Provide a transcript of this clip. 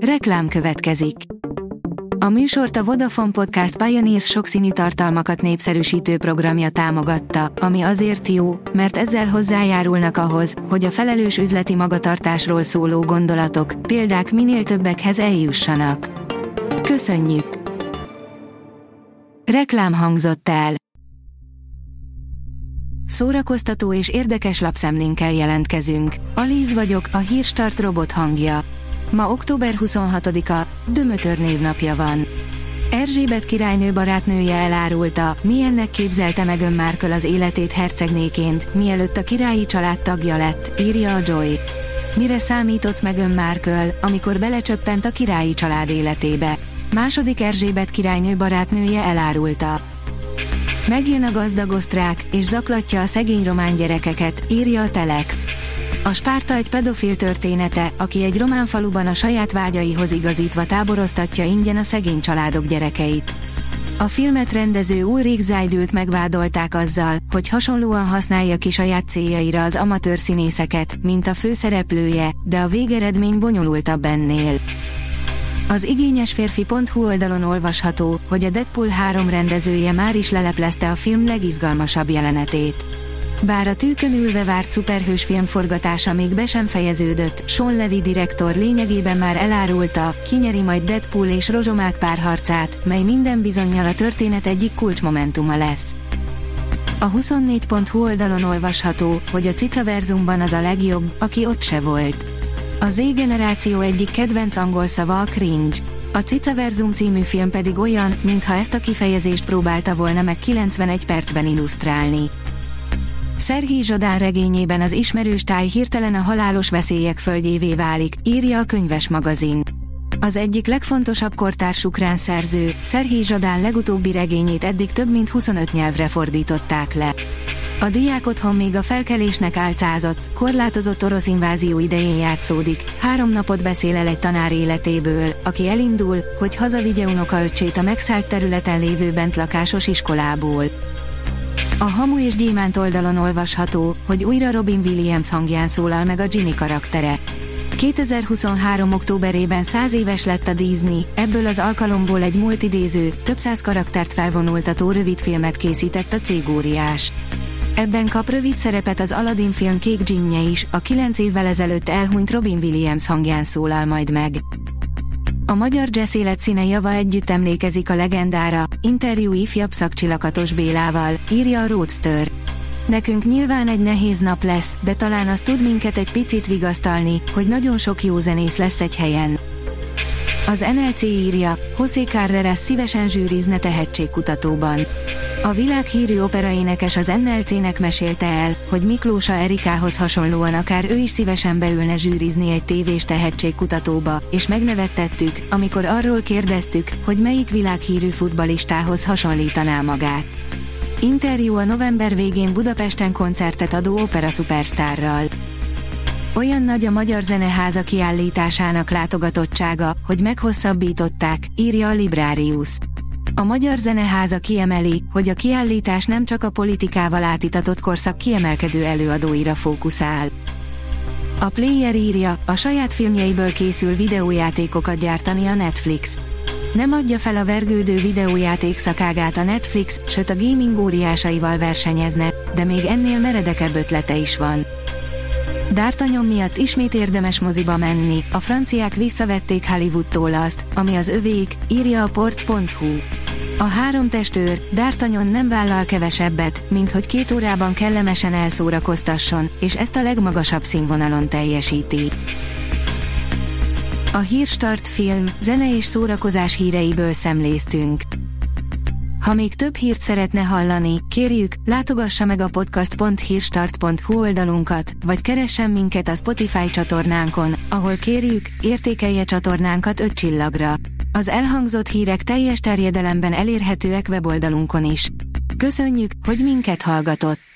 Reklám következik. A műsort a Vodafone Podcast Pioneers sokszínű tartalmakat népszerűsítő programja támogatta, ami azért jó, mert ezzel hozzájárulnak ahhoz, hogy a felelős üzleti magatartásról szóló gondolatok, példák minél többekhez eljussanak. Köszönjük! Reklám hangzott el. Szórakoztató és érdekes lapszemlénkkel jelentkezünk. Alíz vagyok, a Hírstart robot hangja. Ma október 26-a, Dömötör névnapja van. Erzsébet királynő barátnője elárulta, milyennek képzelte Meghan Markle az életét hercegnéként, mielőtt a királyi család tagja lett, írja a Joy. Mire számított Meghan Markle, amikor belecsöppent a királyi család életébe? Második Erzsébet királynő barátnője elárulta. Megjön a gazdag osztrák, és zaklatja a szegény román gyerekeket, írja a Telex. A Spárta egy pedofil története, aki egy román faluban a saját vágyaihoz igazítva táboroztatja ingyen a szegény családok gyerekeit. A filmet rendező Ulrich Seidelt megvádolták azzal, hogy hasonlóan használja ki saját céljaira az amatőr színészeket, mint a főszereplője, de a végeredmény bonyolultabb ennél. Az igényesférfi.hu oldalon olvasható, hogy a Deadpool 3 rendezője már is leleplezte a film legizgalmasabb jelenetét. Bár a tűkön ülve várt szuperhős film forgatása még be sem fejeződött, Sean Levy direktor lényegében már elárulta, kinyeri majd Deadpool és rozsomák párharcát, mely minden bizonnyal a történet egyik kulcsmomentuma lesz. A 24.hu oldalon olvasható, hogy a cicaverzumban az a legjobb, aki ott se volt. A Z-generáció egyik kedvenc angol szava a cringe. A Cicaverzum című film pedig olyan, mintha ezt a kifejezést próbálta volna meg 91 percben illusztrálni. Serhij Zsodán regényében az ismerős táj hirtelen a halálos veszélyek földjévé válik, írja a Könyves magazin. Az egyik legfontosabb kortárs ukrán szerző, Serhij Zsodán legutóbbi regényét eddig több mint 25 nyelvre fordították le. A diákotthon még a felkelésnek álcázott, korlátozott orosz invázió idején játszódik, 3 napot beszél el egy tanár életéből, aki elindul, hogy hazavigye unokaöccsét a megszállt területen lévő bentlakásos iskolából. A Hamu és Gyémánt oldalon olvasható, hogy újra Robin Williams hangján szólal meg a Ginny karaktere. 2023. októberében 100 éves lett a Disney, ebből az alkalomból egy multidéző, több száz karaktert felvonultató rövidfilmet készített a cégóriás. Ebben kap rövid szerepet az Aladdin film kék Ginny is, a 9 évvel ezelőtt elhunyt Robin Williams hangján szólal majd meg. A magyar jazz életszíne java együtt emlékezik a legendára, interjú ifjabb Szakcsi Bélával, írja a Roadster. Nekünk nyilván egy nehéz nap lesz, de talán az tud minket egy picit vigasztalni, hogy nagyon sok jó zenész lesz egy helyen. Az NLC írja, José Carreras szívesen zsűrizne tehetségkutatóban. A világhírű operaénekes az NLC-nek mesélte el, hogy Miklósa Erikához hasonlóan akár ő is szívesen beülne zsűrizni egy tévés tehetségkutatóba, és megnevettettük, amikor arról kérdeztük, hogy melyik világhírű futballistához hasonlítaná magát. Interjú a november végén Budapesten koncertet adó opera szupersztárral. Olyan nagy a Magyar Zeneháza kiállításának látogatottsága, hogy meghosszabbították, írja a Librarius. A Magyar Zeneháza kiemeli, hogy a kiállítás nem csak a politikával átitatott korszak kiemelkedő előadóira fókuszál. A Player írja, a saját filmjeiből készül videójátékokat gyártani a Netflix. Nem adja fel a vergődő videójáték szakágát a Netflix, sőt a gaming óriásaival versenyezne, de még ennél meredekebb ötlete is van. D'Artagnan miatt ismét érdemes moziba menni, a franciák visszavették Hollywoodtól azt, ami az övék, írja a port.hu. A 3 testőr, D'Artagnan nem vállal kevesebbet, mint hogy 2 órában kellemesen elszórakoztasson, és ezt a legmagasabb színvonalon teljesíti. A Hírstart film, zene és szórakozás híreiből szemléztünk. Ha még több hírt szeretne hallani, kérjük, látogassa meg a podcast.hírstart.hu oldalunkat, vagy keressen minket a Spotify csatornánkon, ahol kérjük, értékelje csatornánkat 5 csillagra. Az elhangzott hírek teljes terjedelemben elérhetőek weboldalunkon is. Köszönjük, hogy minket hallgatott!